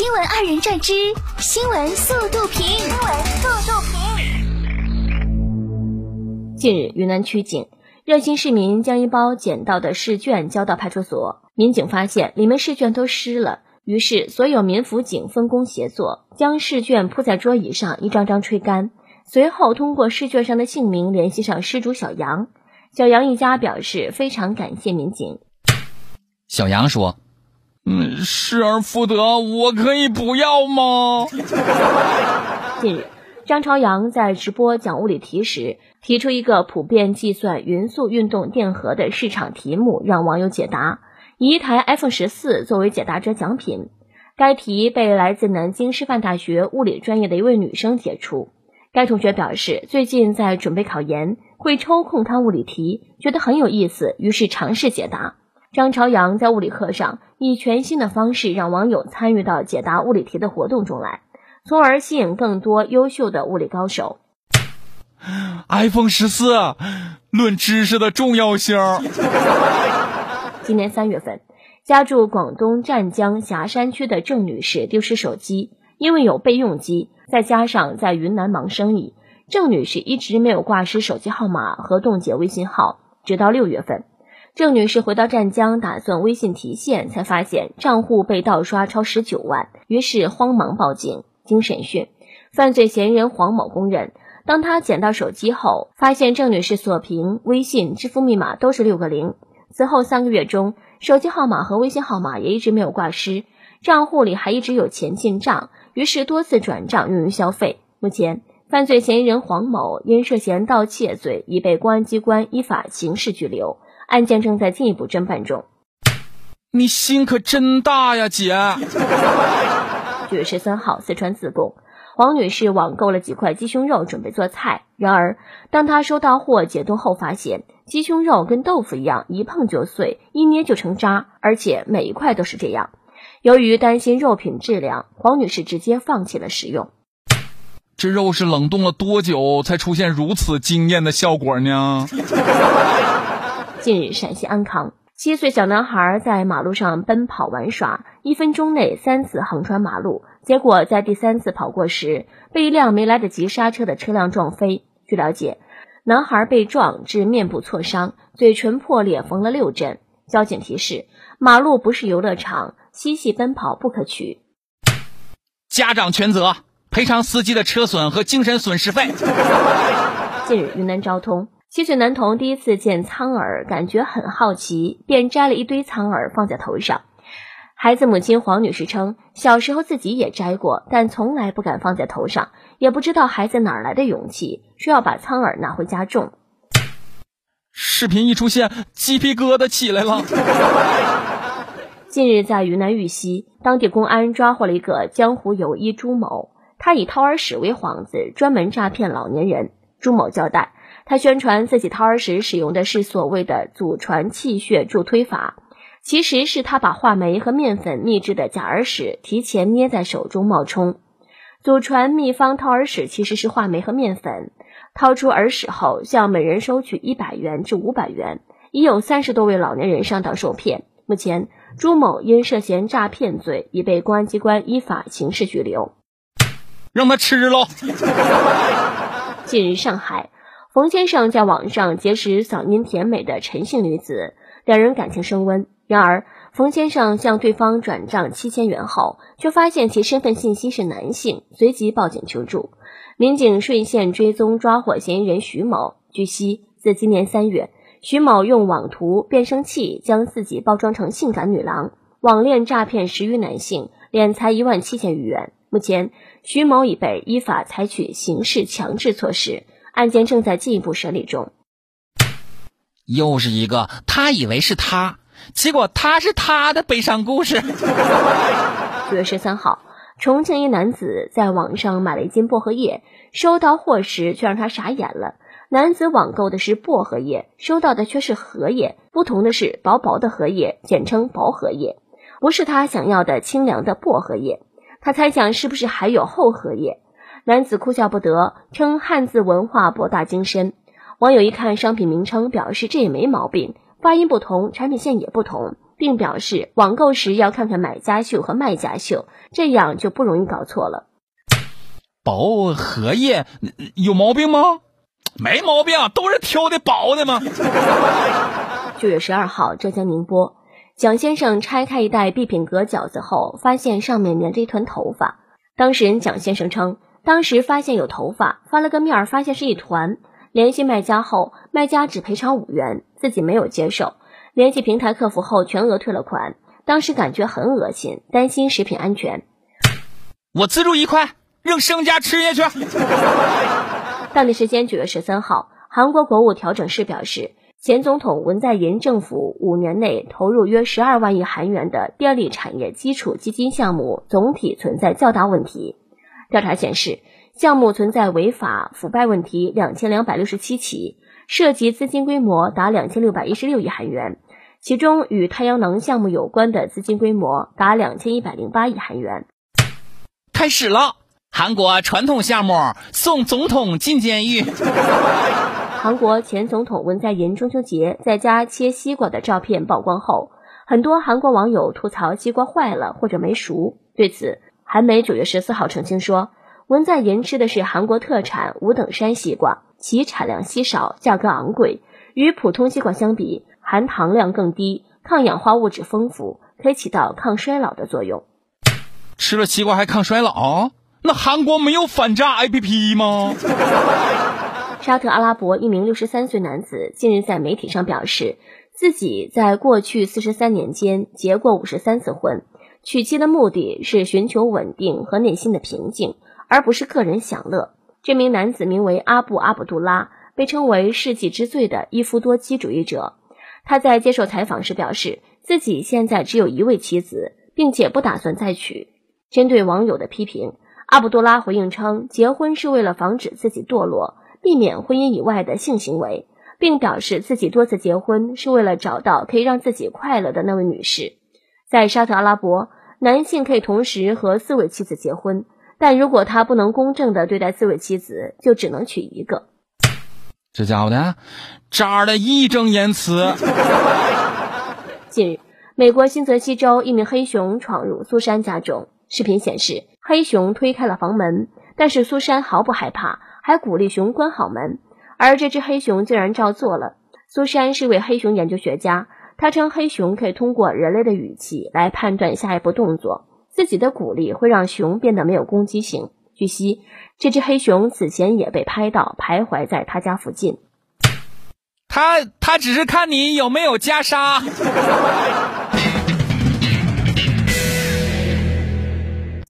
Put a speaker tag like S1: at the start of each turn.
S1: 新闻二人转之新闻速度评。
S2: 近日，云南曲靖热心市民将一包捡到的试卷交到派出所，民警发现里面试卷都湿了，于是所有民辅警分工协作，将试卷铺在桌椅上，一张张吹干。随后通过试卷上的姓名联系上失主小杨，小杨一家表示非常感谢民警。
S3: 小杨说：失而复得，我可以不要吗？
S2: 近日，张朝阳在直播讲物理题时提出一个普遍计算匀速运动电荷的市场题目，让网友解答，以一台 iPhone 14作为解答者奖品。该题被来自南京师范大学物理专业的一位女生解出。该同学表示，最近在准备考研，会抽空看物理题，觉得很有意思，于是尝试解答。张朝阳在物理课上以全新的方式让网友参与到解答物理题的活动中来，从而吸引更多优秀的物理高手。
S3: iPhone 14，论知识的重要性。
S2: 今年3月份，家住广东湛江霞山区的郑女士丢失手机，因为有备用机，再加上在云南忙生意，郑女士一直没有挂失手机号码和冻结微信号，直到6月份。郑女士回到湛江打算微信提现，才发现账户被盗刷超19万，于是慌忙报警。经审讯，犯罪嫌疑人黄某供认，当他捡到手机后，发现郑女士锁屏、微信、支付密码都是6个0。此后3个月中，手机号码和微信号码也一直没有挂失，账户里还一直有钱进账，于是多次转账用于消费。目前，犯罪嫌疑人黄某因涉嫌盗窃罪已被公安机关依法刑事拘留，案件正在进一步侦办中。
S3: 你心可真大呀，姐
S2: ！9月13号，四川自贡，黄女士网购了几块鸡胸肉准备做菜，然而当她收到货解冻后，发现鸡胸肉跟豆腐一样，一碰就碎，一捏就成渣，而且每一块都是这样。由于担心肉品质量，黄女士直接放弃了食用。
S3: 这肉是冷冻了多久才出现如此惊艳的效果呢？
S2: 近日，陕西安康7岁小男孩在马路上奔跑玩耍，1分钟内3次横穿马路，结果在第3次跑过时，被一辆没来得及刹车的车辆撞飞。据了解，男孩被撞致面部挫伤，嘴唇破裂，缝了6针。交警提示，马路不是游乐场，嬉戏奔跑不可取。
S3: 家长全责，赔偿司机的车损和精神损失费。
S2: 近日，云南昭通7岁男童第一次见苍耳，感觉很好奇，便摘了一堆苍耳放在头上。孩子母亲黄女士称，小时候自己也摘过，但从来不敢放在头上，也不知道孩子哪来的勇气，说要把苍耳拿回家种。
S3: 视频一出现，鸡皮疙瘩起来了。
S2: 近日在云南玉溪，当地公安抓获了一个江湖有一朱某，他以掏耳屎为幌子，专门诈骗老年人。朱某交代，他宣传自己掏耳屎使用的是所谓的祖传气血助推法，其实是他把话梅和面粉秘制的假耳屎提前捏在手中冒充。祖传秘方掏耳屎其实是话梅和面粉，掏出耳屎后向每人收取100元至500元，已有30多位老年人上当受骗。目前，朱某因涉嫌诈骗罪已被公安机关依法刑事拘留。
S3: 让他吃喽！
S2: 近日，上海冯先生在网上结识嗓音甜美的陈姓女子，两人感情升温。然而，冯先生向对方转账7000元后，却发现其身份信息是男性，随即报警求助。民警顺线追踪抓获嫌疑人徐某。据悉，自今年3月，徐某用网图、变声器将自己包装成性感女郎，网恋诈骗10余男性，敛财17000余元。目前，徐某已被依法采取刑事强制措施，案件正在进一步审理中。
S3: 又是一个他以为是他，结果他是他的悲伤故事。
S2: 9月13号，重庆一男子在网上买了1斤薄荷叶，收到货时却让他傻眼了。男子网购的是薄荷叶，收到的却是荷叶，不同的是薄薄的荷叶，简称薄荷叶，不是他想要的清凉的薄荷叶。他猜想是不是还有厚荷叶，男子哭笑不得，称汉字文化博大精深。网友一看商品名称，表示这也没毛病，发音不同，产品线也不同， 并表示网购时要看看买家秀和卖家秀，这样就不容易搞错了。
S3: 薄荷叶有毛病吗？没毛病，都是挑的薄的吗
S2: ？9月12号，浙江宁波，蒋先生拆开一袋必品阁饺子后，发现上面粘着一团头发。当事人蒋先生称，当时发现有头发，翻了个面发现是一团，联系卖家后，卖家只赔偿5元，自己没有接受。联系平台客服后全额退了款，当时感觉很恶心，担心食品安全。
S3: 我资助1块，让商家吃下去。
S2: 当地时间9月13号，韩国国务调整室表示，前总统文在寅政府5年内投入约12万亿韩元的电力产业基础基金项目总体存在较大问题。调查显示，项目存在违法腐败问题2267起，涉及资金规模达2616亿韩元，其中与太阳能项目有关的资金规模达2108亿韩元。
S3: 开始了，韩国传统项目送总统进监狱。
S2: 韩国前总统文在寅中秋节在家切西瓜的照片曝光后，很多韩国网友吐槽西瓜坏了或者没熟。对此，韩媒9月14号澄清说，文在寅吃的是韩国特产五等山西瓜，其产量稀少，价格昂贵，与普通西瓜相比，含糖量更低，抗氧化物质丰富，可以起到抗衰老的作用。
S3: 吃了西瓜还抗衰老？那韩国没有反诈 APP 吗？
S2: 沙特阿拉伯一名63岁男子近日在媒体上表示，自己在过去43年间结过53次婚，娶妻的目的是寻求稳定和内心的平静，而不是个人享乐。这名男子名为阿卜杜拉，被称为世纪之最的一夫多妻主义者。他在接受采访时表示，自己现在只有1位妻子，并且不打算再娶。针对网友的批评，阿卜杜拉回应称，结婚是为了防止自己堕落，避免婚姻以外的性行为，并表示自己多次结婚是为了找到可以让自己快乐的那位女士。在沙特阿拉伯，男性可以同时和4位妻子结婚，但如果他不能公正地对待4位妻子，就只能娶1个。
S3: 这家伙的渣的义正言辞。
S2: 近日，美国新泽西州一名黑熊闯入苏珊家中，视频显示黑熊推开了房门，但是苏珊毫不害怕，还鼓励熊关好门，而这只黑熊竟然照做了。苏珊是位黑熊研究学家，她称黑熊可以通过人类的语气来判断下一步动作，自己的鼓励会让熊变得没有攻击性。据悉，这只黑熊此前也被拍到徘徊在他家附近。
S3: 他只是看你有没有袈裟。